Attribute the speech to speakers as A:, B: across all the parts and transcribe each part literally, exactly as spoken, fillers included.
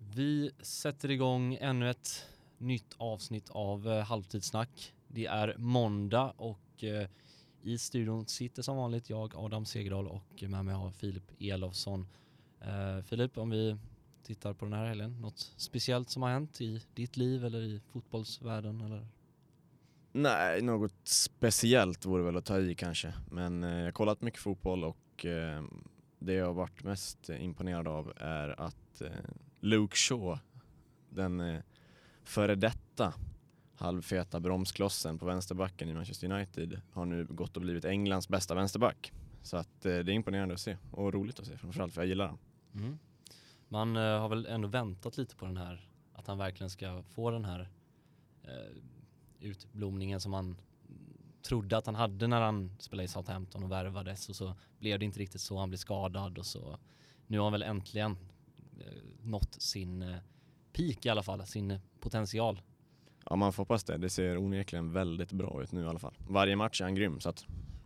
A: Vi sätter igång ännu ett nytt avsnitt av eh, Halvtidssnack. Det är måndag och eh, i studion sitter som vanligt jag, Adam Segerdahl, och med mig har Filip Elofsson. Eh, Filip, om vi tittar på den här helgen, något speciellt som har hänt i ditt liv eller i fotbollsvärlden? Eller?
B: Nej, något speciellt vore väl att ta i kanske. Men eh, jag har kollat mycket fotboll och eh, det jag har varit mest imponerad av är att eh, Luke Shaw, den eh, före detta halvfeta bromsklossen på vänsterbacken i Manchester United, har nu gått och blivit Englands bästa vänsterback. Så att eh, det är imponerande att se och roligt att se, framförallt för jag gillar honom.
A: Mm. Man eh, har väl ändå väntat lite på den här, att han verkligen ska få den här eh, utblomningen som man trodde att han hade när han spelade i Southampton och värvades, och så blev det inte riktigt så. Han blev skadad och så nu har han väl äntligen eh, nått sin eh, peak i alla fall, sin potential.
B: Ja, man får hoppas det. Det ser onekligen väldigt bra ut nu i alla fall. Varje match är han grym, så att...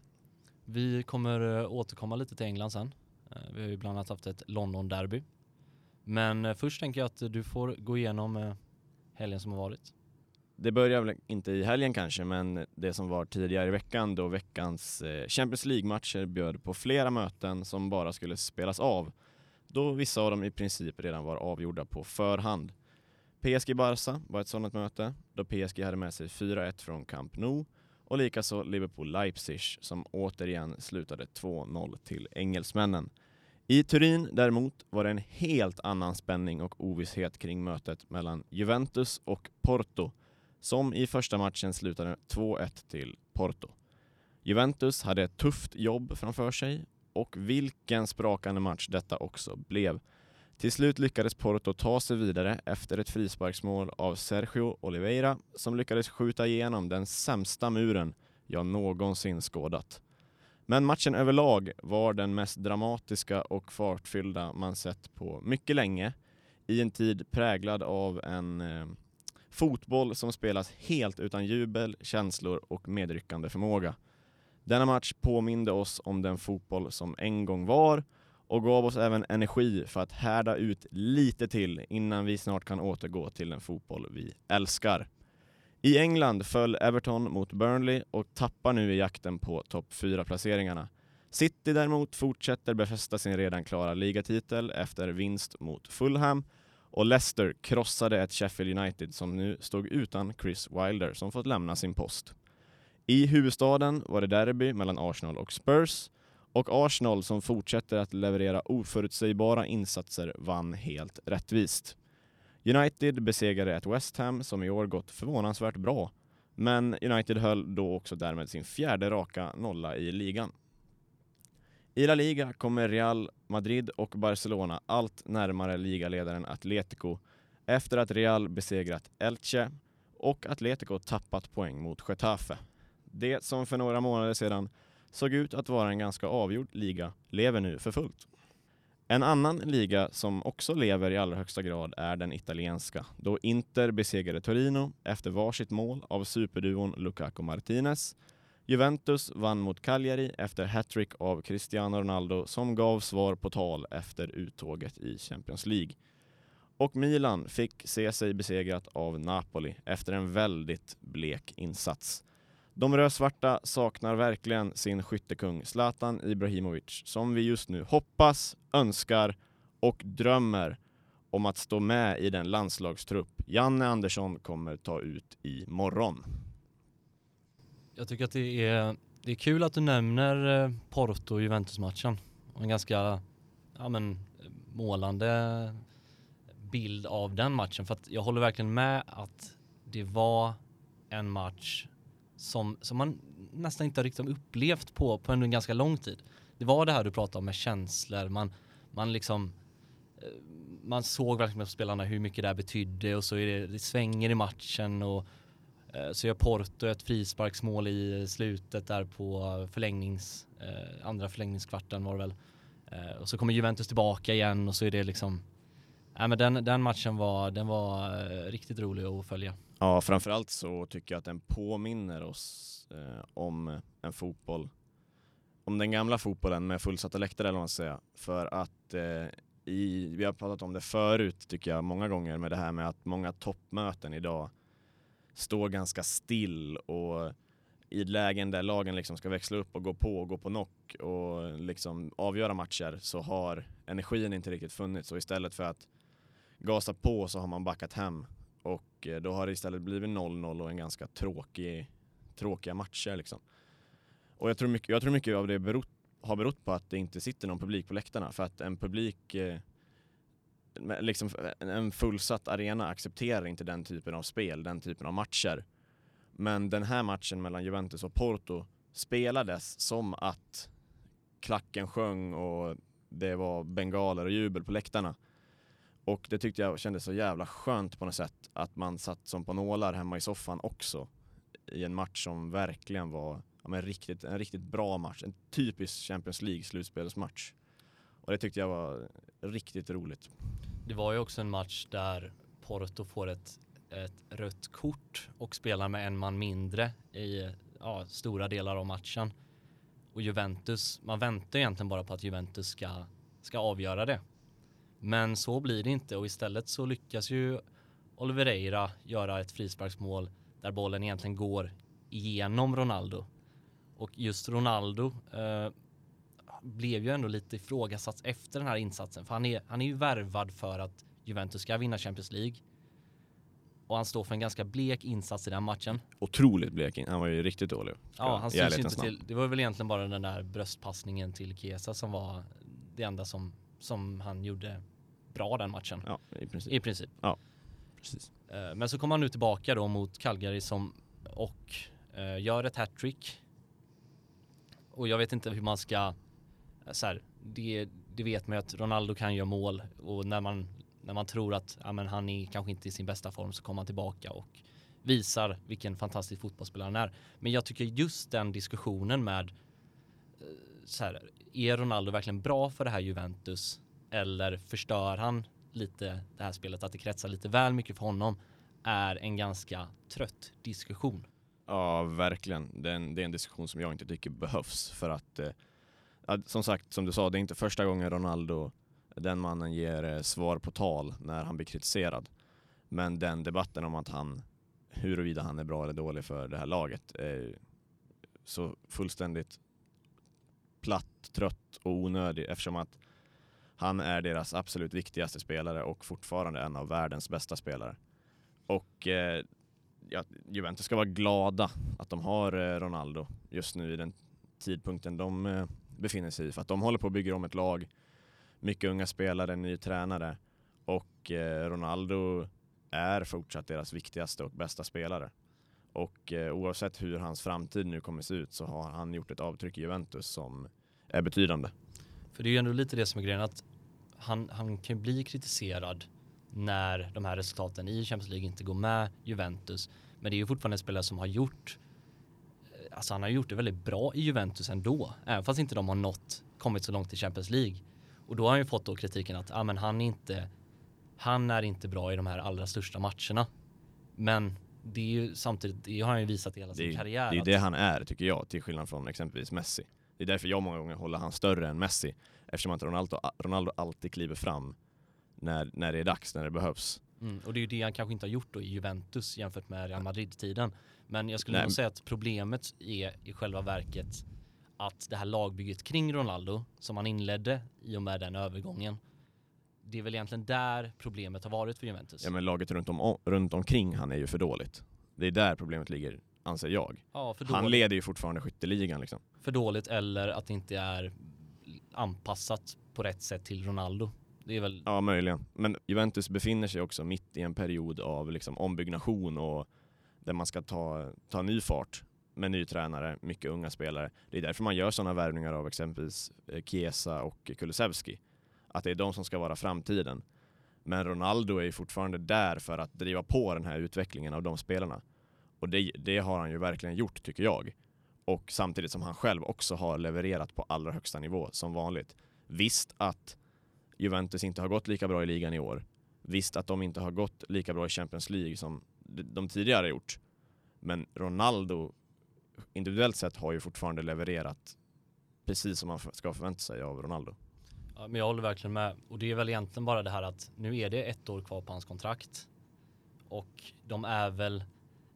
A: Vi kommer eh, återkomma lite till England sen. Eh, vi har ju bland annat haft ett London-derby. Men eh, först tänker jag att du får gå igenom eh, helgen som har varit.
B: Det börjar väl inte i helgen kanske, men det som var tidigare i veckan, då veckans eh, Champions League-matcher bjöd på flera möten som bara skulle spelas av, då vissa av dem i princip redan var avgjorda på förhand. P S G-Barca var ett sådant möte, då P S G hade med sig fyra ett från Camp Nou, och likaså Liverpool-Leipzig som återigen slutade två noll till engelsmännen. I Turin däremot var det en helt annan spänning och ovisshet kring mötet mellan Juventus och Porto, som i första matchen slutade två ett till Porto. Juventus hade ett tufft jobb framför sig, och vilken sprakande match detta också blev. Till slut lyckades Porto ta sig vidare efter ett frisparksmål av Sergio Oliveira, som lyckades skjuta igenom den sämsta muren jag någonsin skådat. Men matchen överlag var den mest dramatiska och fartfyllda man sett på mycket länge, i en tid präglad av en eh, fotboll som spelas helt utan jubel, känslor och medryckande förmåga. Denna match påminde oss om den fotboll som en gång var, och gav oss även energi för att härda ut lite till innan vi snart kan återgå till den fotboll vi älskar. I England föll Everton mot Burnley och tappar nu i jakten på topp fyra placeringarna. City däremot fortsätter befästa sin redan klara ligatitel efter vinst mot Fulham, och Leicester krossade ett Sheffield United som nu stod utan Chris Wilder, som fått lämna sin post. I huvudstaden var det derby mellan Arsenal och Spurs, och Arsenal, som fortsätter att leverera oförutsägbara insatser, vann helt rättvist. United besegrade ett West Ham som i år gått förvånansvärt bra, men United höll då också därmed sin fjärde raka nolla i ligan. I La Liga kommer Real Madrid och Barcelona allt närmare ligaledaren Atletico efter att Real besegrat Elche och Atletico tappat poäng mot Getafe. Det som för några månader sedan såg ut att vara en ganska avgjord liga lever nu för fullt. En annan liga som också lever i allra högsta grad är den italienska, då Inter besegrade Torino efter varsitt mål av superduon Lukaku Martinez. Juventus vann mot Cagliari efter hattrick av Cristiano Ronaldo, som gav svar på tal efter uttåget i Champions League. Och Milan fick se sig besegrat av Napoli efter en väldigt blek insats. De rödsvarta saknar verkligen sin skyttekung Zlatan Ibrahimovic, som vi just nu hoppas, önskar och drömmer om att stå med i den landslagstrupp Janne Andersson kommer ta ut i morgon.
A: Jag tycker att det är, det är kul att du nämner Porto och Juventus-matchen. En ganska ja, men, målande bild av den matchen. För att jag håller verkligen med att det var en match som, som man nästan inte har riktigt upplevt på, på en ganska lång tid. Det var det här du pratade om med känslor. Man, man liksom man såg verkligen med spelarna hur mycket det här betydde, och så är det, det svänger i matchen, och så gör Porto ett frisparksmål i slutet där på förlängnings eh, andra förlängningskvarten var det väl. Eh, och så kommer Juventus tillbaka igen, och så är det liksom ja, men den, den matchen var den var eh, riktigt rolig att följa.
B: Ja, framförallt så tycker jag att den påminner oss eh, om en fotboll, om den gamla fotbollen med fullsatta läktare eller vad man säger, för att eh, i, vi har pratat om det förut tycker jag många gånger med det här med att många toppmöten idag står ganska still och i lägen där lagen liksom ska växla upp och gå på och gå på knock och liksom avgöra matcher så har energin inte riktigt funnits och istället för att gasa på så har man backat hem och då har det istället blivit noll noll och en ganska tråkig, tråkiga matcher liksom. Och jag tror mycket, jag tror mycket av det berott, har berott på att det inte sitter någon publik på läktarna för att en publik eh, liksom en fullsatt arena accepterar inte den typen av spel, den typen av matcher. Men den här matchen mellan Juventus och Porto spelades som att klacken sjöng och det var bengaler och jubel på läktarna. Och det tyckte jag kändes så jävla skönt på något sätt att man satt som på nålar hemma i soffan också i en match som verkligen var ja, men riktigt, en riktigt bra match. En typisk Champions League slutspelsmatch. Och det tyckte jag var riktigt roligt.
A: Det var ju också en match där Porto får ett, ett rött kort och spelar med en man mindre i ja, stora delar av matchen. Och Juventus, man väntar egentligen bara på att Juventus ska, ska avgöra det. Men så blir det inte och istället så lyckas ju Oliveira göra ett frisparksmål där bollen egentligen går igenom Ronaldo. Och just Ronaldo eh, blev ju ändå lite ifrågasatt efter den här insatsen. För han är, han är ju värvad för att Juventus ska vinna Champions League. Och han står för en ganska blek insats i den matchen.
B: Otroligt blek. Han var ju riktigt dålig.
A: Ja, han syns inte till. Det var väl egentligen bara den där bröstpassningen till Chiesa som var det enda som, som han gjorde bra den matchen.
B: Ja, i princip.
A: I princip.
B: Ja, precis.
A: Men så kommer han nu tillbaka då mot Cagliari som, och uh, gör ett hattrick. Och jag vet inte hur man ska... Så här, det, det vet man ju att Ronaldo kan göra mål. Och när man, när man tror att ja, men han är kanske inte i sin bästa form så kommer han tillbaka och visar vilken fantastisk fotbollsspelare han är. Men jag tycker just den diskussionen med... Så här, är Ronaldo verkligen bra för det här Juventus? Eller förstör han lite det här spelet, att det kretsar lite väl mycket för honom, är en ganska trött diskussion.
B: Ja, verkligen. Det är en, det är en diskussion som jag inte tycker behövs för att eh, som sagt, som du sa, det är inte första gången Ronaldo, den mannen ger eh, svar på tal när han blir kritiserad. Men den debatten om att han, huruvida han är bra eller dålig för det här laget är så fullständigt platt, trött och onödig eftersom att han är deras absolut viktigaste spelare och fortfarande en av världens bästa spelare. Och eh, ja, Juventus ska vara glada att de har eh, Ronaldo just nu i den tidpunkten de eh, befinner sig i. För att de håller på att bygga om ett lag. Mycket unga spelare, ny tränare. Och eh, Ronaldo är fortsatt deras viktigaste och bästa spelare. Och eh, oavsett hur hans framtid nu kommer se ut så har han gjort ett avtryck i Juventus som är betydande.
A: För det är ju ändå lite det som är grejen, att han, han kan bli kritiserad när de här resultaten i Champions League inte går med Juventus. Men det är ju fortfarande en spelare som har gjort, alltså han har gjort det väldigt bra i Juventus ändå. Även fast inte de har nått, kommit så långt i Champions League. Och då har han ju fått då kritiken att ah, men han, är inte, han är inte bra i de här allra största matcherna. Men det är ju samtidigt, det har han ju visat i hela sin
B: det,
A: karriär.
B: Det är
A: att...
B: det han är, tycker jag, till skillnad från exempelvis Messi. Det är därför jag många gånger håller han större än Messi. Eftersom att Ronaldo, Ronaldo alltid kliver fram när, när det är dags, när det behövs.
A: Mm, och det är ju det han kanske inte har gjort då i Juventus jämfört med Real Madrid-tiden. Men jag skulle
B: Nej.
A: nog säga att problemet är i själva verket att det här lagbygget kring Ronaldo som han inledde i och med den övergången, det är väl egentligen där problemet har varit för Juventus.
B: Ja, men laget runt, om, runt omkring han är ju för dåligt. Det är där problemet ligger, anser jag.
A: Ja, för
B: han
A: dåligt.
B: leder ju fortfarande skytteligan liksom.
A: För dåligt eller att det inte är anpassat på rätt sätt till Ronaldo. Det är väl...
B: Ja, möjligen. Men Juventus befinner sig också mitt i en period av liksom ombyggnation och där man ska ta, ta ny fart med ny tränare, mycket unga spelare. Det är därför man gör sådana värvningar av exempelvis Chiesa och Kulusevski. Att det är de som ska vara framtiden. Men Ronaldo är ju fortfarande där för att driva på den här utvecklingen av de spelarna. Och det, det har han ju verkligen gjort, tycker jag. Och samtidigt som han själv också har levererat på allra högsta nivå som vanligt. Visst att Juventus inte har gått lika bra i ligan i år. Visst att de inte har gått lika bra i Champions League som de tidigare gjort. Men Ronaldo individuellt sett har ju fortfarande levererat precis som man ska förvänta sig av Ronaldo.
A: Ja, men jag håller verkligen med. Och det är väl egentligen bara det här att nu är det ett år kvar på hans kontrakt. Och de är väl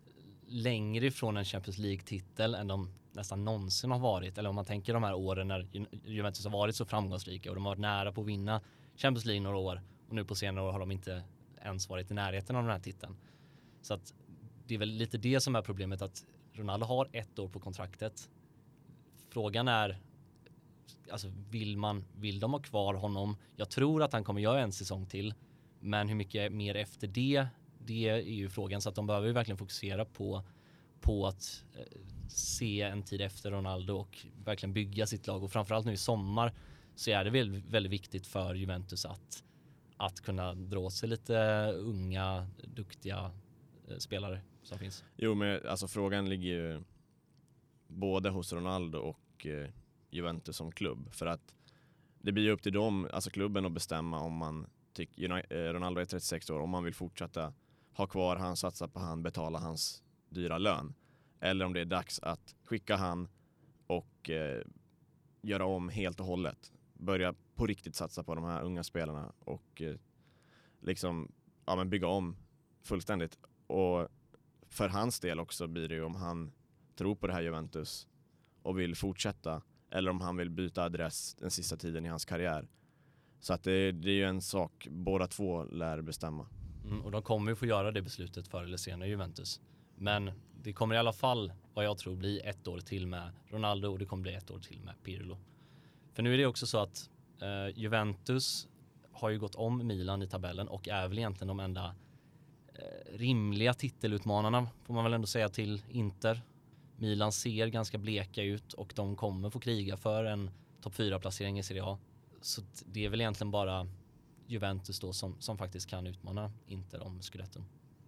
A: längre ifrån en Champions League-titel än de nästan någonsin har varit. Eller om man tänker de här åren när Ju- Juventus har varit så framgångsrika och de har varit nära på att vinna Champions League några år. Och nu på senare år har de inte ens varit i närheten av den här titeln. Så att det är väl lite det som är problemet, att Ronaldo har ett år på kontraktet. Frågan är, alltså vill man vill de ha kvar honom? Jag tror att han kommer göra en säsong till, men hur mycket mer efter det, det är ju frågan. Så att de behöver ju verkligen fokusera på på att eh, se en tid efter Ronaldo och verkligen bygga sitt lag. Och framförallt nu i sommar så är det väl väldigt viktigt för Juventus att att kunna dra åt sig lite unga, duktiga eh, spelare som finns.
B: Jo, men alltså frågan ligger ju både hos Ronaldo och eh, Juventus som klubb. För att det blir ju upp till dem, alltså klubben, att bestämma om man tycker, eh, Ronaldo är trettiosex år, om man vill fortsätta ha kvar han, satsa på han, betala hans dyra lön. Eller om det är dags att skicka han och eh, göra om helt och hållet. Börja på riktigt satsa på de här unga spelarna och eh, liksom ja, men bygga om fullständigt. Och för hans del också blir det ju om han tror på det här Juventus och vill fortsätta, eller om han vill byta adress den sista tiden i hans karriär. Så att det, det är ju en sak båda två lär bestämma.
A: Mm, och de kommer ju få göra det beslutet förr eller senare, Juventus. Men det kommer i alla fall, vad jag tror, bli ett år till med Ronaldo, och det kommer bli ett år till med Pirlo. För nu är det också så att eh, Juventus har ju gått om Milan i tabellen och är väl egentligen de enda eh, rimliga titelutmanarna, får man väl ändå säga, till Inter. Milan ser ganska bleka ut och de kommer få kriga för en topp fyra-placering i Serie A. Så det är väl egentligen bara Juventus då som, som faktiskt kan utmana Inter om Scudetton.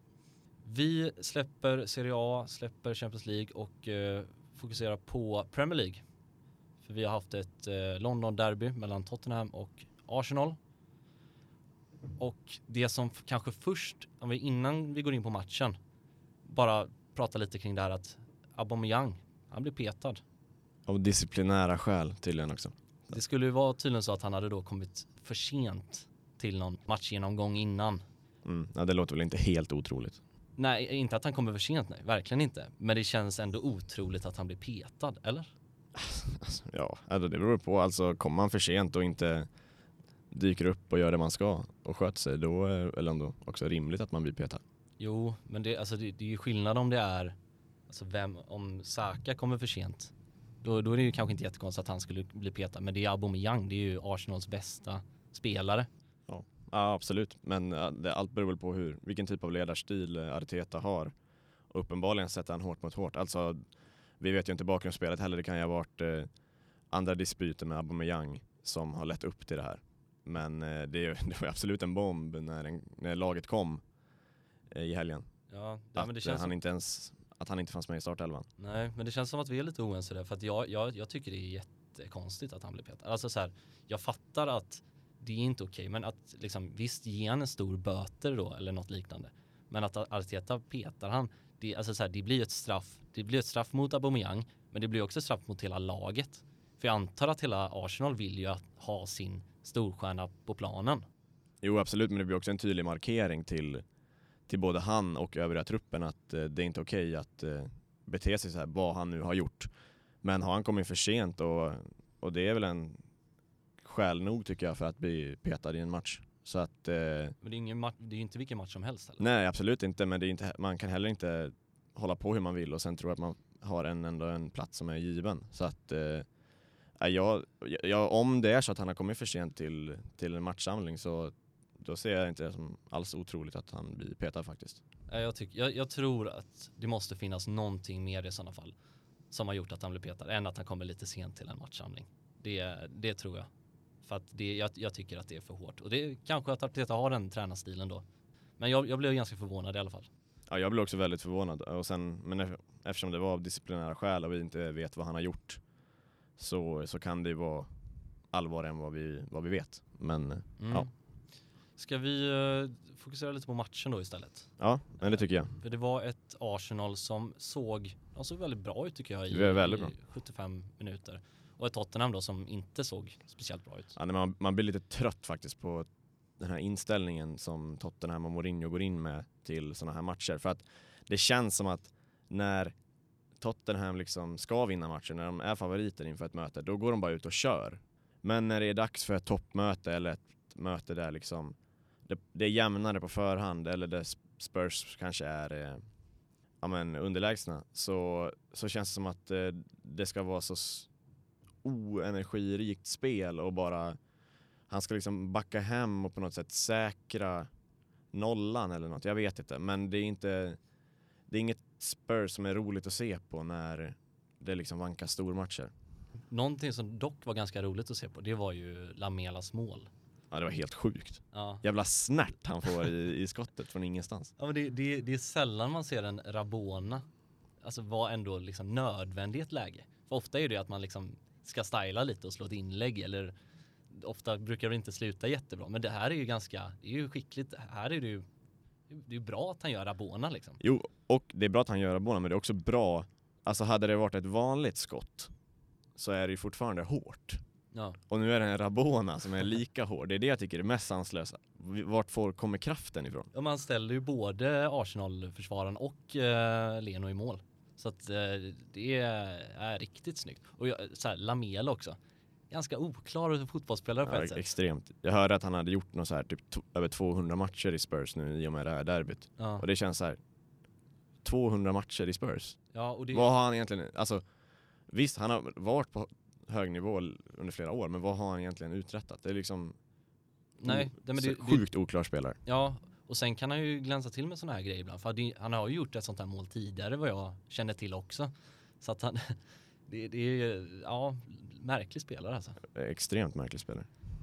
A: Vi släpper Serie A, släpper Champions League och eh, fokuserar på Premier League. För vi har haft ett eh, London-derby mellan Tottenham och Arsenal. Och det som f- kanske först, om vi, innan vi går in på matchen, bara prata lite kring det här att Aubameyang, han blir petad.
B: Av disciplinära skäl tydligen också.
A: Det skulle ju vara tydligen så att han hade då kommit för sent till någon matchgenomgång innan.
B: Mm. Ja, det låter väl inte helt otroligt.
A: Nej, inte att han kommer för sent, nej, verkligen inte. Men det känns ändå otroligt att han blir petad, eller?
B: Alltså, ja, alltså det beror på. Alltså kommer man för sent och inte dyker upp och gör det man ska och sköter sig, då är det väl ändå också rimligt att man blir petad.
A: Jo, men det, alltså det, det är ju skillnad om det är, alltså vem, om Saka kommer för sent. Då, då är det ju kanske inte jättekonstigt att han skulle bli petad. Men det är Aubameyang, det är ju Arsenals bästa spelare.
B: Ja, ja absolut. Men ja, det, allt beror väl på hur, vilken typ av ledarstil Arteta har. Och uppenbarligen sätter han hårt mot hårt. Alltså, vi vet ju inte bakgrundsspelet heller. Det kan ju ha varit eh, andra dispyter med Aubameyang som har lett upp till det här. Men eh, det, är, det var absolut en bomb när, en, när laget kom eh, i helgen.
A: Ja, ja
B: att,
A: men det
B: eh,
A: känns
B: han
A: som,
B: inte ens, att han inte fanns med i startelvan.
A: nej, men det känns som att vi är lite oense där. För att jag, jag, jag tycker det är jättekonstigt att han blir petad. Alltså så här, jag fattar att det är inte okej. Men att liksom, visst, ge han en stor böter då eller något liknande. Men att Arteta petar han, det, alltså så här, det blir ett straff. Det blir ett straff mot Aubameyang, men det blir också ett straff mot hela laget. För jag antar att hela Arsenal vill ju att ha sin storstjärna på planen.
B: Jo, absolut, men det blir också en tydlig markering till, till både han och övriga truppen att eh, det är inte okej att eh, bete sig så här, vad han nu har gjort. Men har han kommit för sent och, och det är väl en skäl nog tycker jag för att bli petad i en match. Så att, eh,
A: Men det är, ingen ma- det är ju inte vilken match som helst heller.
B: nej, absolut inte, men det är inte, man kan heller inte hålla på hur man vill och sen tro att man har en, ändå en plats som är given. Så att eh, jag, jag, om det är så att han har kommit för sent till, till en matchsamling så då ser jag inte det som alls otroligt att han blir petad faktiskt.
A: Jag, tycker, jag, jag tror att det måste finnas någonting mer i sådana fall som har gjort att han blir petad än att han kommer lite sent till en matchsamling. Det, det tror jag. För att det, jag, jag tycker att det är för hårt. Och det är kanske att Arteta har den tränarstilen då. Men jag, jag blev ganska förvånad i alla fall.
B: Ja, jag blev också väldigt förvånad. Och sen, men eftersom det var av disciplinära skäl och vi inte vet vad han har gjort så, så kan det ju vara allvarligare än vad vi, vad vi vet. Men
A: Mm.
B: ja.
A: Ska vi uh, fokusera lite på matchen då istället?
B: Ja, men det tycker jag.
A: För det var ett Arsenal som såg, de såg väldigt bra ut tycker jag i,
B: Det är väldigt
A: i
B: bra.
A: sjuttiofem minuter. Och ett Tottenham då som inte såg speciellt bra ut.
B: Ja, man, man blir lite trött faktiskt på den här inställningen som Tottenham och Mourinho går in med till såna här matcher. För att det känns som att när Tottenham liksom ska vinna matchen, när de är favoriter inför ett möte, då går de bara ut och kör. Men när det är dags för ett toppmöte eller ett möte där liksom det, det är jämnare på förhand, eller där Spurs kanske är eh, ja, men underlägsna, så, så känns det som att eh, det ska vara så oenergirikt spel och bara han ska liksom backa hem och på något sätt säkra nollan eller något. Jag vet inte, men det är inte det är inget Spurs som är roligt att se på när det liksom vankar stormatcher.
A: Någonting som dock var ganska roligt att se på, det var ju Lamelas mål.
B: Ja, det var helt sjukt.
A: Ja.
B: Jävla snärt han får i, i skottet från ingenstans.
A: Ja, men det, det, det är sällan man ser en Rabona alltså vara ändå liksom nödvändig i ett läge. För ofta är det att man liksom ska styla lite och slå ett inlägg, eller ofta brukar det inte sluta jättebra. Men det här är ju ganska, det är ju skickligt. Här är det ju, det är bra att han gör Rabona liksom.
B: Jo, och det är bra att han gör Rabona, men det är också bra, alltså hade det varit ett vanligt skott så är det ju fortfarande hårt.
A: Ja.
B: Och nu är det en Rabona som är lika hård. Det är det jag tycker är mest sanslösa. Vart får kommer kraften ifrån?
A: Ja, man ställer ju både Arsenal-försvararen och eh, Leno i mål. Så att eh, det är, är riktigt snyggt. Och jag, så här, Lamela också. Ganska oklar fotbollsspelare på
B: Ja,
A: ett sätt.
B: extremt. Jag hörde att han hade gjort något så här typ to- över tvåhundra matcher i Spurs nu i och med det här derbyt.
A: Ja.
B: Och det känns så här tvåhundra matcher i Spurs.
A: Ja, och det...
B: Vad har han egentligen, alltså visst han har varit på hög nivå under flera år, men vad har han egentligen uträttat? Det är liksom
A: Nej,
B: o-
A: det, men det,
B: sjukt oklar spelare.
A: Ja, och sen kan han ju glänsa till med såna här grejer ibland. För det, han har ju gjort ett sånt här mål tidigare vad jag känner till också. Så att han, det, det är ja, märklig spelare alltså.
B: Extremt märklig spelare.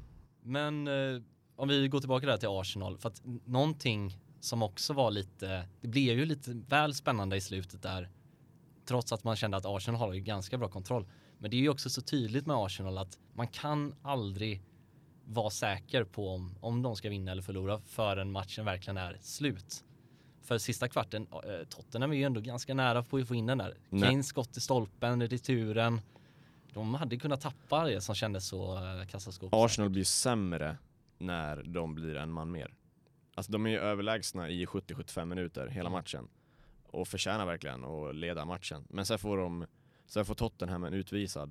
A: Men eh, om vi går tillbaka där till Arsenal. För att någonting som också var lite, det blev ju lite väl spännande i slutet där. Trots att man kände att Arsenal har ju ganska bra kontroll. Men det är ju också så tydligt med Arsenal att man kan aldrig vara säker på om, om de ska vinna eller förlora förrän matchen verkligen är slut. För sista kvarten, äh, Tottenham är ju ändå ganska nära på att få in den där. Kanes skott i stolpen, returen. De hade kunnat tappa det som kändes så äh, kassaskåp.
B: Arsenal blir sämre när de blir en man mer. Alltså de är ju överlägsna i sjuttio till sjuttiofem minuter hela matchen. Och förtjänar verkligen att leda matchen. Men sen får de sen får Tottenham en utvisad.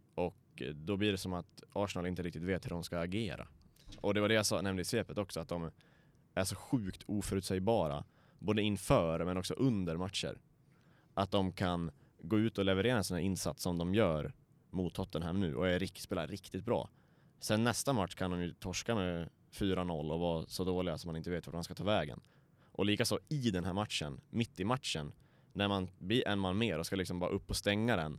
B: Och då blir det som att Arsenal inte riktigt vet hur de ska agera. Och det var det jag sa, nämnde i svepet också, att de är så sjukt oförutsägbara. Både inför men också under matcher. Att de kan gå ut och leverera en sån här insats som de gör mot Tottenham nu. Och är, spelar riktigt bra. Sen nästa match kan de ju torska med fyra noll och vara så dåliga som man inte vet vart de ska ta vägen. Och likaså i den här matchen, mitt i matchen, när man blir en man mer och ska liksom bara upp och stänga den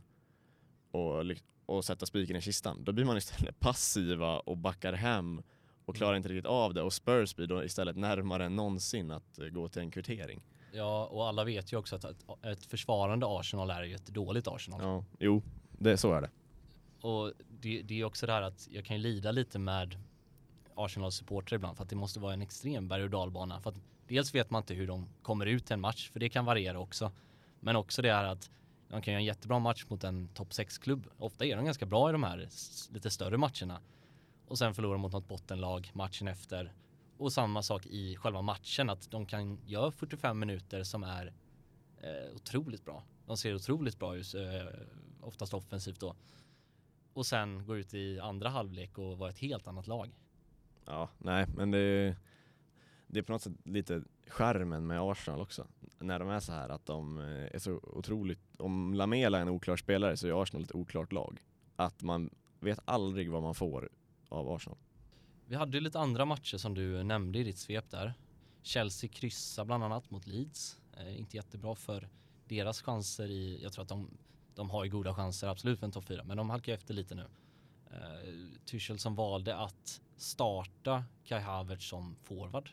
B: och, och sätta spiken i kistan, då blir man istället passiva och backar hem och klarar inte riktigt av det. Och Spurs blir då istället närmare än någonsin att gå till en kvittering.
A: Ja, och alla vet ju också att ett, ett försvarande Arsenal är ju ett dåligt Arsenal.
B: Ja, jo, det, så är det.
A: Och det, det är också det här att jag kan ju lida lite med Arsenal-supporter ibland, för att det måste vara en extrem berg- och dalbana. För att dels vet man inte hur de kommer ut till en match, för det kan variera också. Men också det här att de kan göra en jättebra match mot en topp sex-klubb. Ofta är de ganska bra i de här lite större matcherna. Och sen förlorar de mot något bottenlag matchen efter. Och samma sak i själva matchen, att de kan göra fyrtiofem minuter som är eh, otroligt bra. De ser otroligt bra ut, eh, oftast offensivt då. Och sen går ut i andra halvlek och vara ett helt annat lag.
B: Ja, nej, men det, det är på något sätt lite skärmen med Arsenal också. När de är så här att de är så otroligt, om Lamela är en oklar spelare så är Arsenal ett oklart lag. Att man vet aldrig vad man får av Arsenal.
A: Vi hade ju lite andra matcher som du nämnde i ditt svep där. Chelsea kryssar bland annat mot Leeds. Eh, inte jättebra för deras chanser i, jag tror att de, de har ju goda chanser absolut för en topp fyra, men de halkar efter lite nu. Uh, Tuchel som valde att starta Kai Havertz som forward.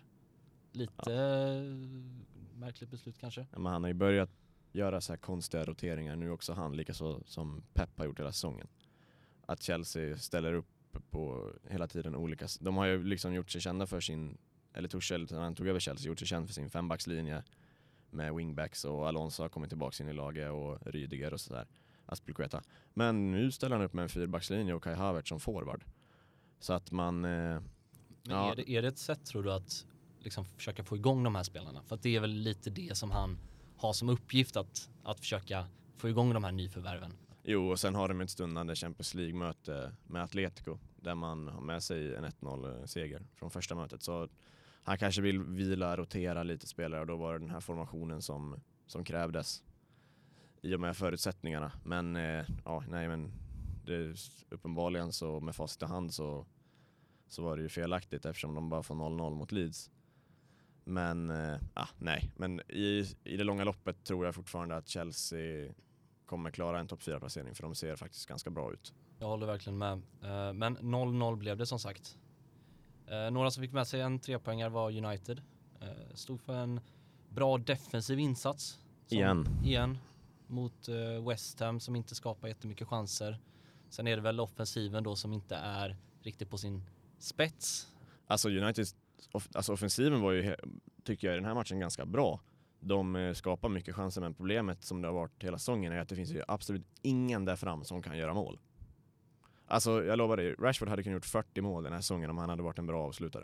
A: Lite ja. Märkligt beslut kanske.
B: Ja, men han har ju börjat göra så här konstiga roteringar nu också, han lika så som Pep har gjort hela säsongen. Att Chelsea ställer upp på hela tiden olika. De har ju liksom gjort sig kända för sin, eller Tuchel när han tog över Chelsea gjort sig känd för sin fembackslinje med wingbacks, och Alonso har kommit tillbaka in i laget och Rydiger och sådär. Azpilicueta. Men nu ställer han upp med en fyrbackslinje och Kai Havertz som forward. Så att man... Eh,
A: Men
B: ja.
A: är, det, är det ett sätt, tror du, att liksom försöka få igång de här spelarna? För att det är väl lite det som han har som uppgift, att, att försöka få igång de här nyförvärven.
B: Jo, och sen har de ett stundande Champions League-möte med Atletico där man har med sig en ett noll-seger från första mötet. Så han kanske vill vila, rotera lite spelare, och då var det den här formationen som, som krävdes i och med förutsättningarna. Men eh, ja, nej, men det, uppenbarligen så med facit i hand så, så var det ju felaktigt eftersom de bara får noll noll mot Leeds. Men eh, ah, nej, men i, i det långa loppet tror jag fortfarande att Chelsea kommer klara en topp fyra-placering, för de ser faktiskt ganska bra ut.
A: Jag håller verkligen med. Uh, men noll noll blev det som sagt. Uh, några som fick med sig en trepoängare var United. Uh, stod för en bra defensiv insats. Som,
B: Igen.
A: Igen. Mot uh, West Ham som inte skapar jättemycket chanser. Sen är det väl offensiven då som inte är riktigt på sin spets.
B: Alltså United, off, alltså offensiven var ju, tycker jag, i den här matchen ganska bra. De skapar mycket chanser, men problemet som det har varit hela säsongen är att det finns ju absolut ingen där fram som kan göra mål. Alltså jag lovar dig, Rashford hade kunnat gjort fyrtio mål den här säsongen om han hade varit en bra avslutare.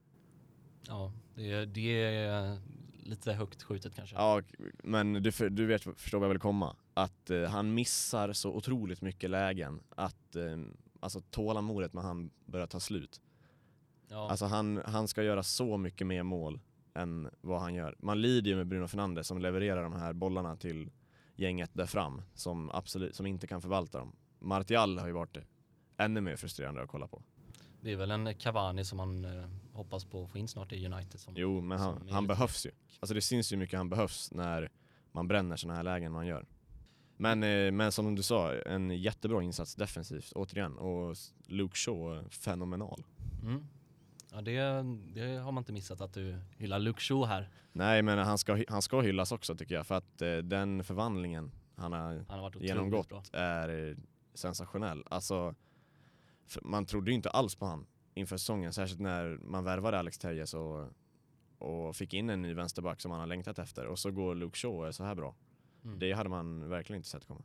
A: Ja, det, det är lite högt skjutet kanske.
B: Ja, men du, du vet, förstår vad jag vill komma. Att eh, han missar så otroligt mycket lägen att eh, alltså tålamodet med han börjar ta slut.
A: Ja.
B: Alltså han, han ska göra så mycket mer mål än vad han gör. Man lider ju med Bruno Fernandes som levererar de här bollarna till gänget där fram som absolut som inte kan förvalta dem. Martial har ju varit ännu mer frustrerande att kolla på.
A: Det är väl en Cavani som man eh, hoppas på att få in snart i United. Som,
B: jo, men han, han behövs ju. Alltså det syns ju hur mycket han behövs när man bränner såna här lägen man gör. Men, eh, men som du sa, en jättebra insats defensivt återigen. Och Luke Shaw, fenomenal.
A: Mm. Ja, det, det har man inte missat att du hyllar Luke Shaw här.
B: Nej, men han ska, han ska hyllas också tycker jag. För att eh, den förvandlingen han har,
A: han har varit
B: genomgått
A: bra.
B: är eh, sensationell. Alltså, man trodde ju inte alls på han inför säsongen. Särskilt när man värvade Alex Telles och, och fick in en ny vänsterback som han har längtat efter. Och så går Luke Shaw så här bra. Mm. Det hade man verkligen inte sett komma.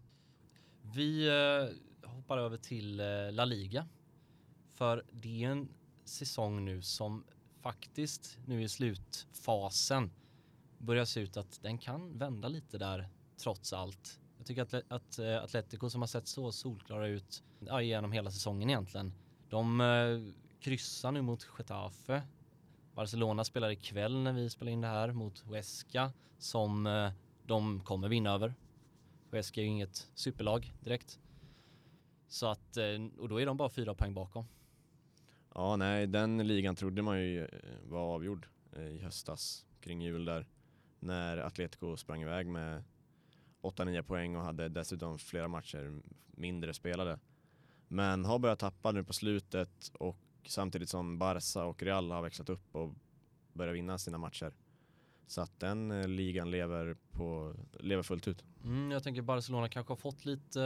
A: Vi eh, hoppar över till eh, La Liga. För det är en säsong nu som faktiskt nu i slutfasen börjar se ut att den kan vända lite där trots allt. Jag tycker att, att uh, Atletico som har sett så solklara ut ja, genom hela säsongen egentligen. De uh, kryssar nu mot Getafe. Barcelona spelar ikväll när vi spelar in det här mot Huesca som uh, de kommer vinna över. Huesca är ju inget superlag direkt. Så att, uh, och då är de bara fyra poäng bakom.
B: Ja, nej, den ligan trodde man ju var avgjord i höstas kring jul där. När Atletico sprang iväg med åtta nio poäng och hade dessutom flera matcher mindre spelade. Men har börjat tappa nu på slutet och samtidigt som Barça och Real har växlat upp och börjar vinna sina matcher. Så att den ligan lever, på, lever fullt ut.
A: Mm, jag tänker Barcelona kanske har fått lite...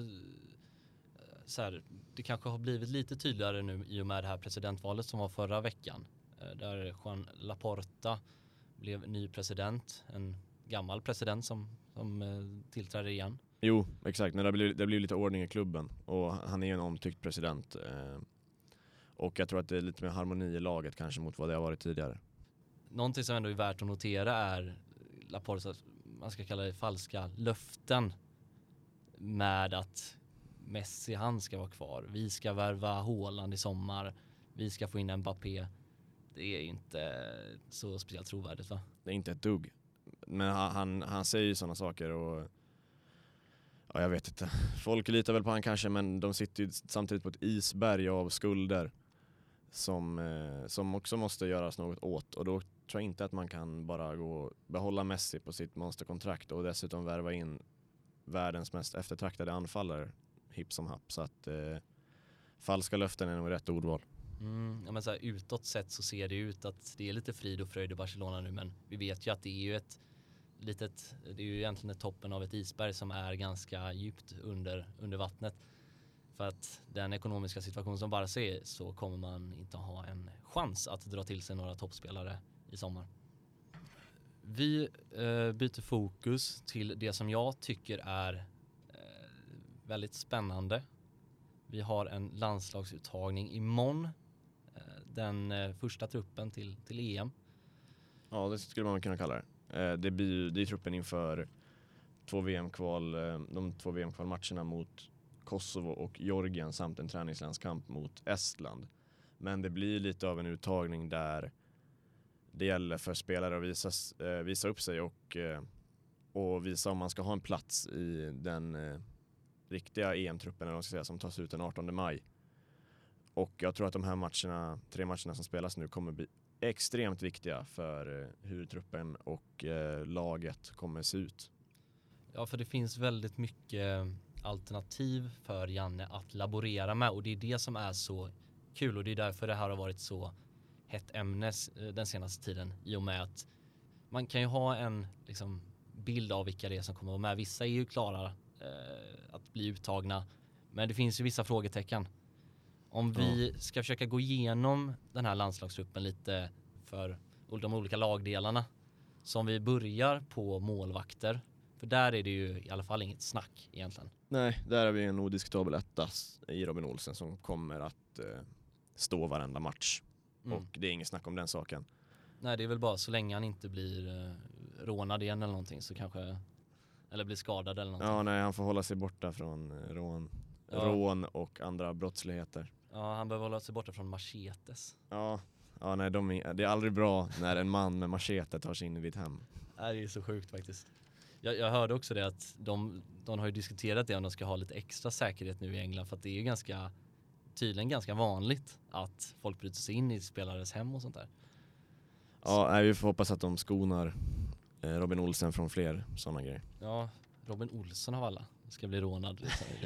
A: Så här, det kanske har blivit lite tydligare nu i och med det här presidentvalet som var förra veckan. Där Juan Laporta blev ny president. En gammal president som, som tillträder igen.
B: Jo, exakt. Men det blir, det blir lite ordning i klubben. Och han är en omtyckt president. Och jag tror att det är lite mer harmoni i laget kanske mot vad det har varit tidigare.
A: Någonting som ändå är värt att notera är Laportas, man ska kalla det falska löften med att Messi, han ska vara kvar. Vi ska värva Haaland i sommar. Vi ska få in Mbappé. Det är inte så speciellt trovärdigt, va?
B: Det är inte ett dugg. Men han, han, han säger ju sådana saker och ja, jag vet inte. Folk litar väl på han kanske, men de sitter ju samtidigt på ett isberg av skulder som, eh, som också måste göras något åt. Och då tror jag inte att man kan bara gå och behålla Messi på sitt monsterkontrakt och dessutom värva in världens mest eftertraktade anfallare hipp som happ. Så att eh, falska löften är nog rätt ordval.
A: Mm, ja, men så här, utåt sett så ser det ut att det är lite frid och fröjd i Barcelona nu, men vi vet ju att det är ju ett litet, det är ju egentligen ett toppen av ett isberg som är ganska djupt under, under vattnet. För att den ekonomiska situation som Barca är, så kommer man inte ha en chans att dra till sig några toppspelare i sommar. Vi eh, byter fokus till det som jag tycker är eh, väldigt spännande. Vi har en landslagsuttagning imorgon. Eh, den eh, första truppen till, till E M.
B: Ja, det skulle man kunna kalla det. Eh, det blir ju det är truppen inför två V M-kval, eh, de två V M-kvalmatcherna mot Kosovo och Georgien samt en träningslandskamp mot Estland. Men det blir lite av en uttagning där det gäller för spelare att visa, eh, visa upp sig och, eh, och visa om man ska ha en plats i den eh, riktiga E M-truppen eller vad man ska säga, som tas ut den artonde maj. Och jag tror att de här matcherna, tre matcherna som spelas nu kommer bli extremt viktiga för eh, hur truppen och eh, laget kommer se ut.
A: Ja, för det finns väldigt mycket alternativ för Janne att laborera med och det är det som är så kul och det är därför det här har varit så hett ämne den senaste tiden i och med att man kan ju ha en liksom, bild av vilka det är som kommer vara med. Vissa är ju klara eh, att bli uttagna men det finns ju vissa frågetecken. Om vi ska försöka gå igenom den här landslagsgruppen lite för de olika lagdelarna som vi börjar på målvakter. För där är det ju i alla fall inget snack egentligen.
B: Nej, där har vi en odiskutabel etta i Robin Olsen som kommer att eh, stå varenda match. Mm. Och det är inget snack om den saken.
A: Nej, det är väl bara så länge han inte blir eh, rånad igen eller någonting så kanske, eller blir skadad eller någonting.
B: Ja, nej, han får hålla sig borta från eh, rån, ja. rån och andra brottsligheter.
A: Ja, han behöver hålla sig borta från machetes.
B: Ja, ja nej, de är, det är aldrig bra när en man med machete tar sig in i ditt hem.
A: Det är ju så sjukt faktiskt. Jag, jag hörde också det att de, de har ju diskuterat det om de ska ha lite extra säkerhet nu i England för att det är ju ganska tydligen ganska vanligt att folk bryter sig in i spelares hem och sånt där.
B: Ja, nej, vi får hoppas att de skonar eh, Robin Olsen från fler sådana grejer.
A: Ja, Robin Olsen av alla ska bli rånad.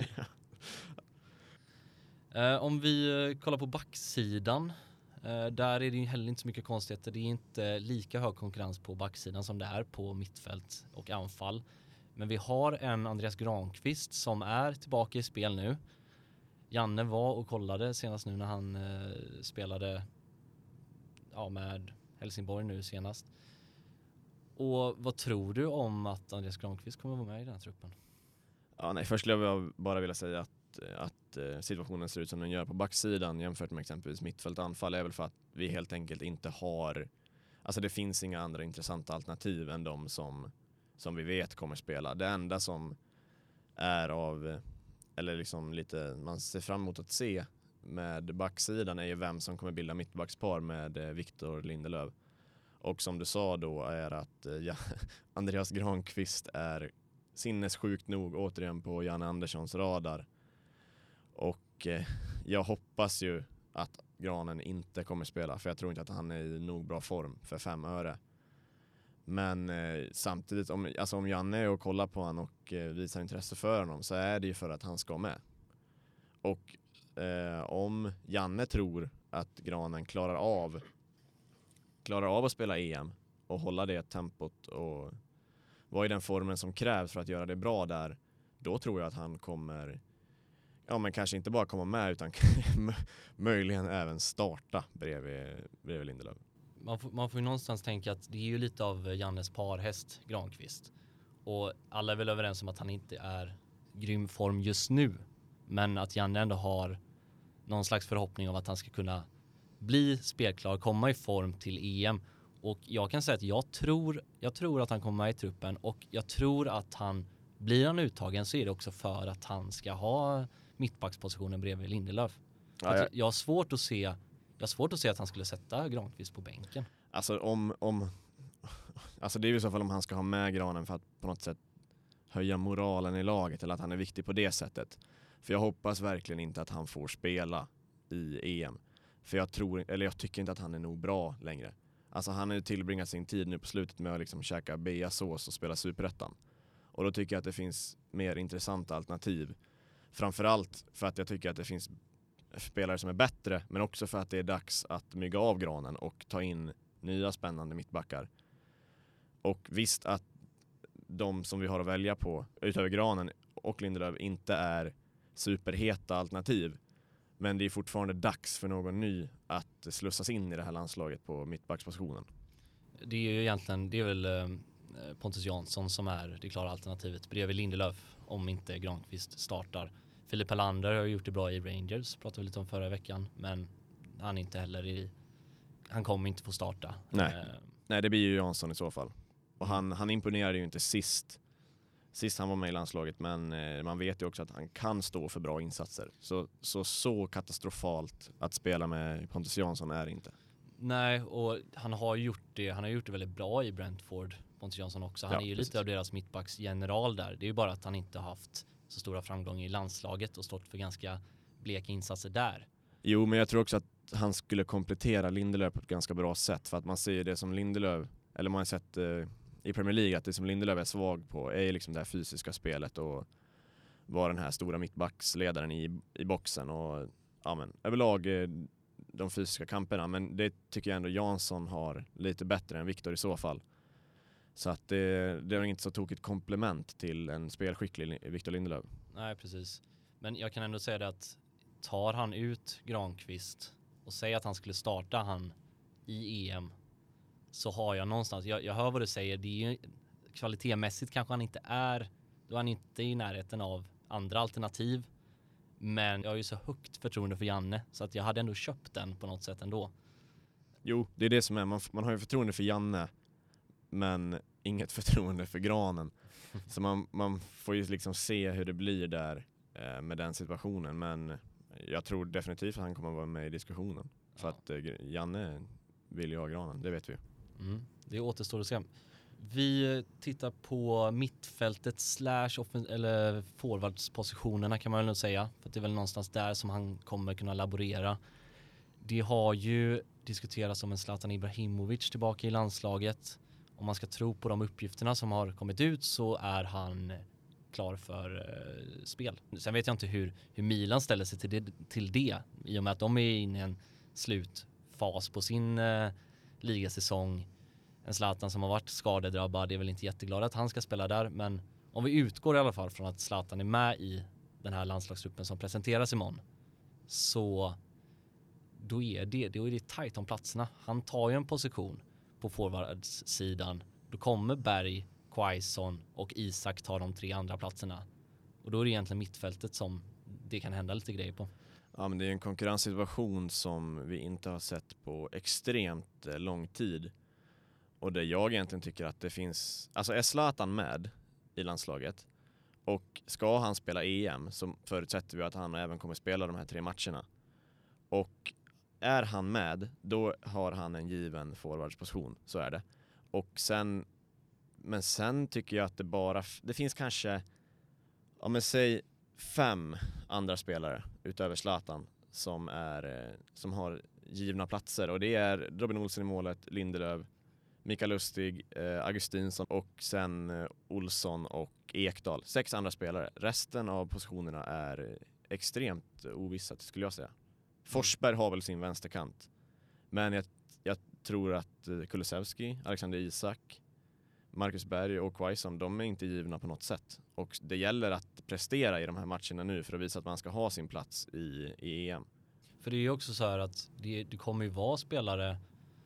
A: eh, om vi eh, kollar på backsidan. Uh, där är det ju heller inte så mycket konstigheter. Det är inte lika hög konkurrens på backsidan som det är på mittfält och anfall. Men vi har en Andreas Granqvist som är tillbaka i spel nu. Janne var och kollade senast nu när han uh, spelade ja, med Helsingborg nu senast. Och vad tror du om att Andreas Granqvist kommer vara med i den här truppen?
B: Ja, nej, först skulle jag bara vilja säga att att situationen ser ut som den gör på backsidan jämfört med exempelvis mittfältanfall är väl för att vi helt enkelt inte har, alltså det finns inga andra intressanta alternativ än de som, som vi vet kommer spela. Det enda som är av, eller liksom lite man ser fram emot att se med backsidan är ju vem som kommer bilda mittbackspar med Victor Lindelöf. Och som du sa då är att ja, Andreas Granqvist är sinnessjukt nog återigen på Janne Anderssons radar. Och eh, jag hoppas ju att Granen inte kommer spela för jag tror inte att han är i nog bra form för fem öre. Men eh, samtidigt, om, alltså om Janne är och kollar på han och eh, visar intresse för honom så är det ju för att han ska med. Och eh, om Janne tror att Granen klarar av klarar av att spela E M och hålla det tempot och vara i den formen som krävs för att göra det bra där, då tror jag att han kommer ja, men kanske inte bara komma med utan möjligen även starta bredvid, bredvid Lindelöf.
A: Man får, man får ju någonstans tänka att det är ju lite av Jannes parhäst Granqvist. Och alla är väl överens om att han inte är grym form just nu. Men att Janne ändå har någon slags förhoppning om att han ska kunna bli spelklar, komma i form till E M. Och jag kan säga att jag tror, jag tror att han kommer med i truppen och jag tror att han blir han uttagen så är det också för att han ska ha mittbackspositionen bredvid Lindelöf.
B: Ja, jag...
A: jag har svårt att se jag har svårt att se att han skulle sätta Granqvist på bänken.
B: Alltså om om alltså det är ju i så fall om han ska ha med Granen för att på något sätt höja moralen i laget eller att han är viktig på det sättet. För jag hoppas verkligen inte att han får spela i E M. För jag tror eller jag tycker inte att han är nog bra längre. Alltså han har ju tillbringat sin tid nu på slutet med att liksom käka beasås och spela superettan. Och då tycker jag att det finns mer intressanta alternativ. Framförallt för att jag tycker att det finns spelare som är bättre, men också för att det är dags att mygga av Granen och ta in nya spännande mittbackar. Och visst att de som vi har att välja på utöver Granen och Lindelöf inte är superheta alternativ. Men det är fortfarande dags för någon ny att slussas in i det här landslaget på mittbackspositionen.
A: Det är ju egentligen, det är väl Pontus Jansson som är det klara alternativet bredvid Lindelöf om inte Granqvist startar. Filip Helander har gjort det bra i Rangers, pratade vi lite om förra veckan, men han inte heller i han kommer inte få starta.
B: Nej,
A: eh.
B: Nej det blir ju Jansson i så fall. Och han, han imponerade ju inte sist Sist han var med i landslaget, men eh, man vet ju också att han kan stå för bra insatser. Så, så så katastrofalt att spela med Pontus Jansson är det inte.
A: Nej, och han har gjort det han har gjort det väldigt bra i Brentford, Pontus Jansson också. Han
B: Ja,
A: är ju
B: precis.
A: lite av deras mittbacks general där. Det är ju bara att han inte har haft så stora framgångar i landslaget och stått för ganska bleka insatser där.
B: Jo, men jag tror också att han skulle komplettera Lindelöf på ett ganska bra sätt. För att man ser det som Lindelöf, eller man har sett eh, i Premier League att det som Lindelöf är svag på är liksom det här fysiska spelet och vara den här stora mittbacksledaren i, i boxen och ja, men, överlag eh, de fysiska kamperna. Men det tycker jag ändå Jansson har lite bättre än Victor i så fall. Så att det, det är inte så tokigt komplement till en spelskicklig Victor Lindelöf.
A: Nej, precis. Men jag kan ändå säga det att tar han ut Granqvist och säger att han skulle starta han i E M, så har jag någonstans, jag, jag hör vad du säger, det är ju kvalitetmässigt kanske han inte är, då är han inte i närheten av andra alternativ, men jag har ju så högt förtroende för Janne så att jag hade ändå köpt den på något sätt ändå.
B: Jo, det är det som är, man, man har ju förtroende för Janne men inget förtroende för Granen. Så man, man får ju liksom se hur det blir där eh, med den situationen, men jag tror definitivt att han kommer att vara med i diskussionen. För
A: Ja.
B: att eh, Janne vill ju ha Granen, det vet vi.
A: Mm, det återstår att se. Vi tittar på mittfältet slash offen- eller forwardspositionerna kan man väl nog säga. För att det är väl någonstans där som han kommer kunna laborera. Det har ju diskuterats om en Zlatan Ibrahimovic tillbaka i landslaget. Om man ska tro på de uppgifterna som har kommit ut så är han klar för uh, spel. Sen vet jag inte hur, hur Milan ställer sig till det, till det i och med att de är inne i en slutfas på sin uh, ligasäsong. En Zlatan som har varit skadedrabbad är väl inte jätteglad att han ska spela där, men om vi utgår i alla fall från att Zlatan är med i den här landslagsgruppen som presenteras imorgon, så då är det, då är det tajt om platserna. Han tar ju en position på forwardssidan. Då kommer Berg, Quaison och Isak ta de tre andra platserna. Och då är det egentligen mittfältet som det kan hända lite grejer på.
B: Ja, men det är en konkurrenssituation som vi inte har sett på extremt eh, lång tid. Och det jag egentligen tycker att det finns, alltså är Zlatan med i landslaget och ska han spela E M så förutsätter vi att han även kommer spela de här tre matcherna. Och är han med, då har han en given forwardsposition, så är det. Och sen, men sen tycker jag att det bara, det finns kanske, ja men säg fem andra spelare utöver Zlatan som är, som har givna platser. Och det är Robin Olsen i målet, Lindelöf, Mikael Lustig, eh, Augustinsson och sen eh, Olsson och Ekdal. Sex andra spelare. Resten av positionerna är extremt ovissa, skulle jag säga. Forsberg har väl sin vänsterkant. Men jag, jag tror att eh, Kulusevski, Alexander Isak, Marcus Berg och Quaison, de är inte givna på något sätt. Och det gäller att prestera i de här matcherna nu för att visa att man ska ha sin plats i, i E M.
A: För det är ju också så här att det, det kommer ju vara spelare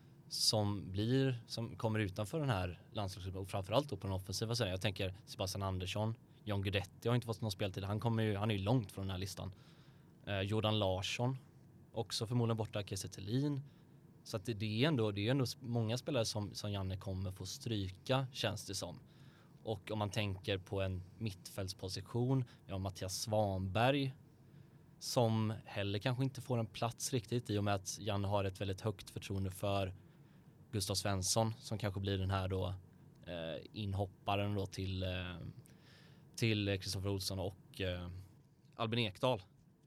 A: som blir som kommer utanför den här landslagsgruppen och framförallt då på den offensiva sidan. Jag tänker Sebastian Andersson, John Guidetti har inte fått någon speltid. Han kommer ju, han är ju långt från den här listan. Eh, Jordan Larsson också förmodligen borta, Kiese Thelin. Så att det, det är ändå det är ändå många spelare som som Janne kommer få stryka, känns det som. Och om man tänker på en mittfältsposition, ja, Mattias Svanberg som heller kanske inte får en plats riktigt i och med att Janne har ett väldigt högt förtroende för Gustav Svensson som kanske blir den här då eh, inhopparen då till eh, till Kristoffer Olsson och eh, Albin Ekdal.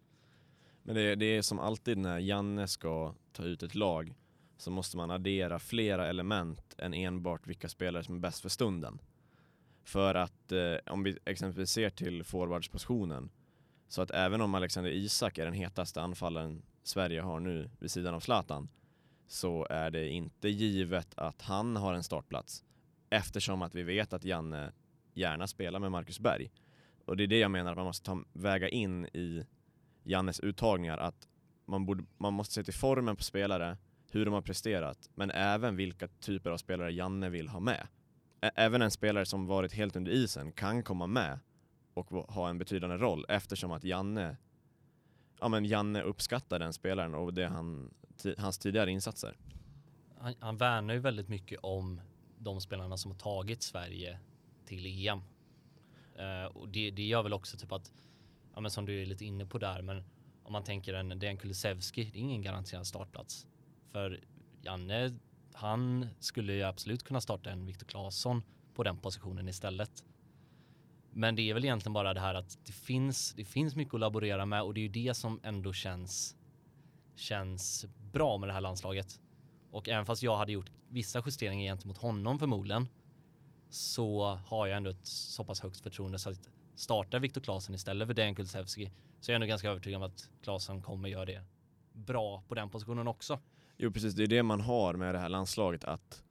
B: Men det, det är som alltid när Janne ska ta ut ett lag så måste man addera flera element än enbart vilka spelare som är bäst för stunden. För att eh, om vi exempelvis ser till forwardspositionen, så att även om Alexander Isak är den hetaste anfallaren Sverige har nu vid sidan av Zlatan, så är det inte givet att han har en startplats. Eftersom att vi vet att Janne gärna spelar med Marcus Berg. Och det är det jag menar att man måste ta, väga in i Jannes uttagningar. Att man, borde, man måste se till formen på spelare, hur de har presterat, men även vilka typer av spelare Janne vill ha med. ä- även en spelare som varit helt under isen kan komma med och v- ha en betydande roll, eftersom att Janne ja men Janne uppskattar den spelaren och det han t- hans tidigare insatser.
A: Han, han värnar ju väldigt mycket om de spelarna som har tagit Sverige till E M. Uh, och det, det gör väl också typ att, ja men som du är lite inne på där, men om man tänker en Dejan Kulusevski, det är ingen garanterad startplats. För Janne, han skulle ju absolut kunna starta en Viktor Claesson på den positionen istället. Men det är väl egentligen bara det här att det finns, det finns mycket att laborera med, och det är ju det som ändå känns, känns bra med det här landslaget. Och även fast jag hade gjort vissa justeringar gentemot honom förmodligen, så har jag ändå ett så pass högt förtroende så att starta Viktor Claesson istället för Dejan Kulusevski, så jag är ändå ganska övertygad om att Claesson kommer göra det bra på den positionen också.
B: Jo precis, det är det man har med det här landslaget, att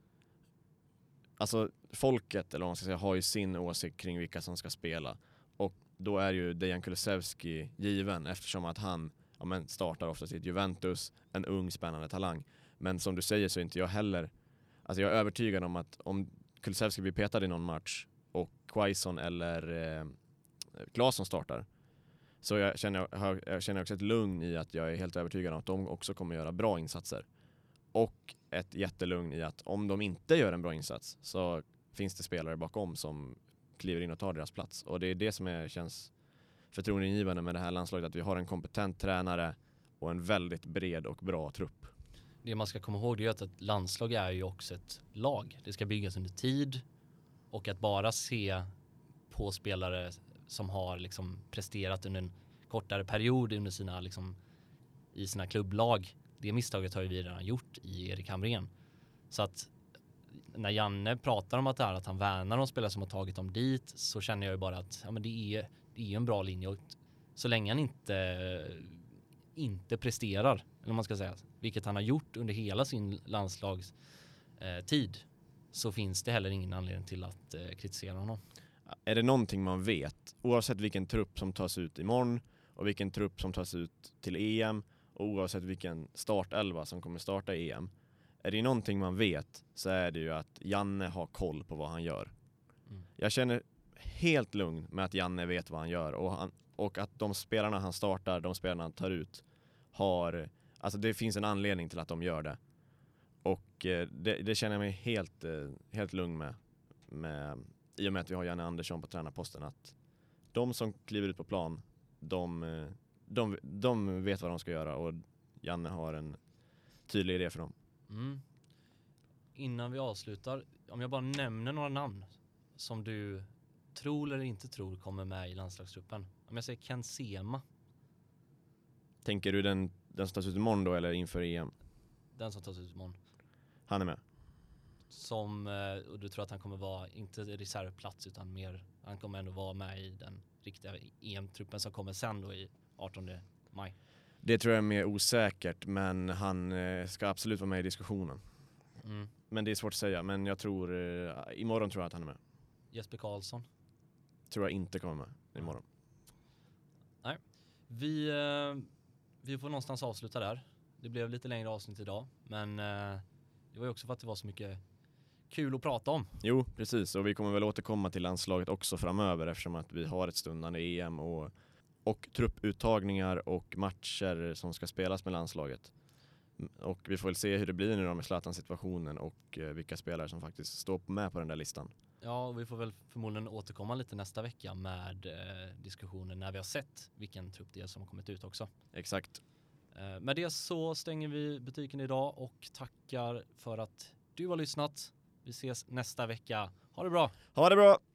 B: alltså folket, eller vad man ska säga, har ju sin åsikt kring vilka som ska spela, och då är ju Dejan Kulusevski given, eftersom att han ja, men startar oftast i ett Juventus, en ung spännande talang. Men som du säger så är inte jag heller, alltså jag är övertygad om att om Kulusevski blir petad i någon match och Quaison eller eh, Claesson startar, så jag känner, jag, jag känner också ett lugn i att jag är helt övertygad om att de också kommer göra bra insatser. Och ett jättelugn i att om de inte gör en bra insats så finns det spelare bakom som kliver in och tar deras plats. Och det är det som är, känns förtroendeingivande med det här landslaget, att vi har en kompetent tränare och en väldigt bred och bra trupp.
A: Det man ska komma ihåg är att ett landslag är ju också ett lag. Det ska byggas under tid, och att bara se på spelare som har liksom presterat under en kortare period under sina, liksom, i sina klubblag, det misstaget har ju vi redan gjort i Erik Hamrén. Så att när Janne pratar om att det är att han värnar de spelare som har tagit dem dit, så känner jag ju bara att ja, men det är det är en bra linje, och så länge han inte inte presterar, eller vad man ska säga, vilket han har gjort under hela sin landslags eh, tid, så finns det heller ingen anledning till att eh, kritisera honom.
B: Är det någonting man vet, oavsett vilken trupp som tas ut imorgon och vilken trupp som tas ut till E M, och oavsett vilken startelva som kommer starta E M, är det någonting man vet, så är det ju att Janne har koll på vad han gör. Mm. Jag känner helt lugn med att Janne vet vad han gör, och, han, och att de spelarna han startar, de spelarna han tar ut, har, alltså det finns en anledning till att de gör det. Och eh, det, det känner jag mig helt, eh, helt lugn med, med, i och med att vi har Janne Andersson på tränarposten, att de som kliver ut på plan, de, de, de vet vad de ska göra, och Janne har en tydlig idé för dem.
A: Mm. Innan vi avslutar, om jag bara nämner några namn som du tror eller inte tror kommer med i landslagstruppen. Om jag säger Ken Sema.
B: Tänker du den, den som tas ut imorgon då, eller inför E M?
A: Den som tas ut imorgon.
B: Han är med.
A: Som, och du tror att han kommer vara, inte reservplats, utan mer, han kommer ändå vara med i den riktiga E M-truppen som kommer sen då i artonde maj.
B: Det tror jag är mer osäkert, men han ska absolut vara med i diskussionen. Mm. Men det är svårt att säga, men jag tror, imorgon tror jag att han är med.
A: Jesper Karlsson?
B: Tror jag inte kommer med imorgon.
A: Nej, vi, vi får någonstans avsluta där. Det blev lite längre avsnitt idag, men det var ju också för att det var så mycket kul att prata om.
B: Jo, precis. Och vi kommer väl återkomma till landslaget också framöver, eftersom att vi har ett stundande E M och, och trupputtagningar och matcher som ska spelas med landslaget. Och vi får väl se hur det blir nu då med Zlatan-situationen och eh, vilka spelare som faktiskt står med på den där listan.
A: Ja, och vi får väl förmodligen återkomma lite nästa vecka med eh, diskussionen när vi har sett vilken trupp det är som har kommit ut också.
B: Exakt.
A: Eh, med det så stänger vi butiken idag och tackar för att du har lyssnat. Vi ses nästa vecka. Ha det bra!
B: Ha det bra!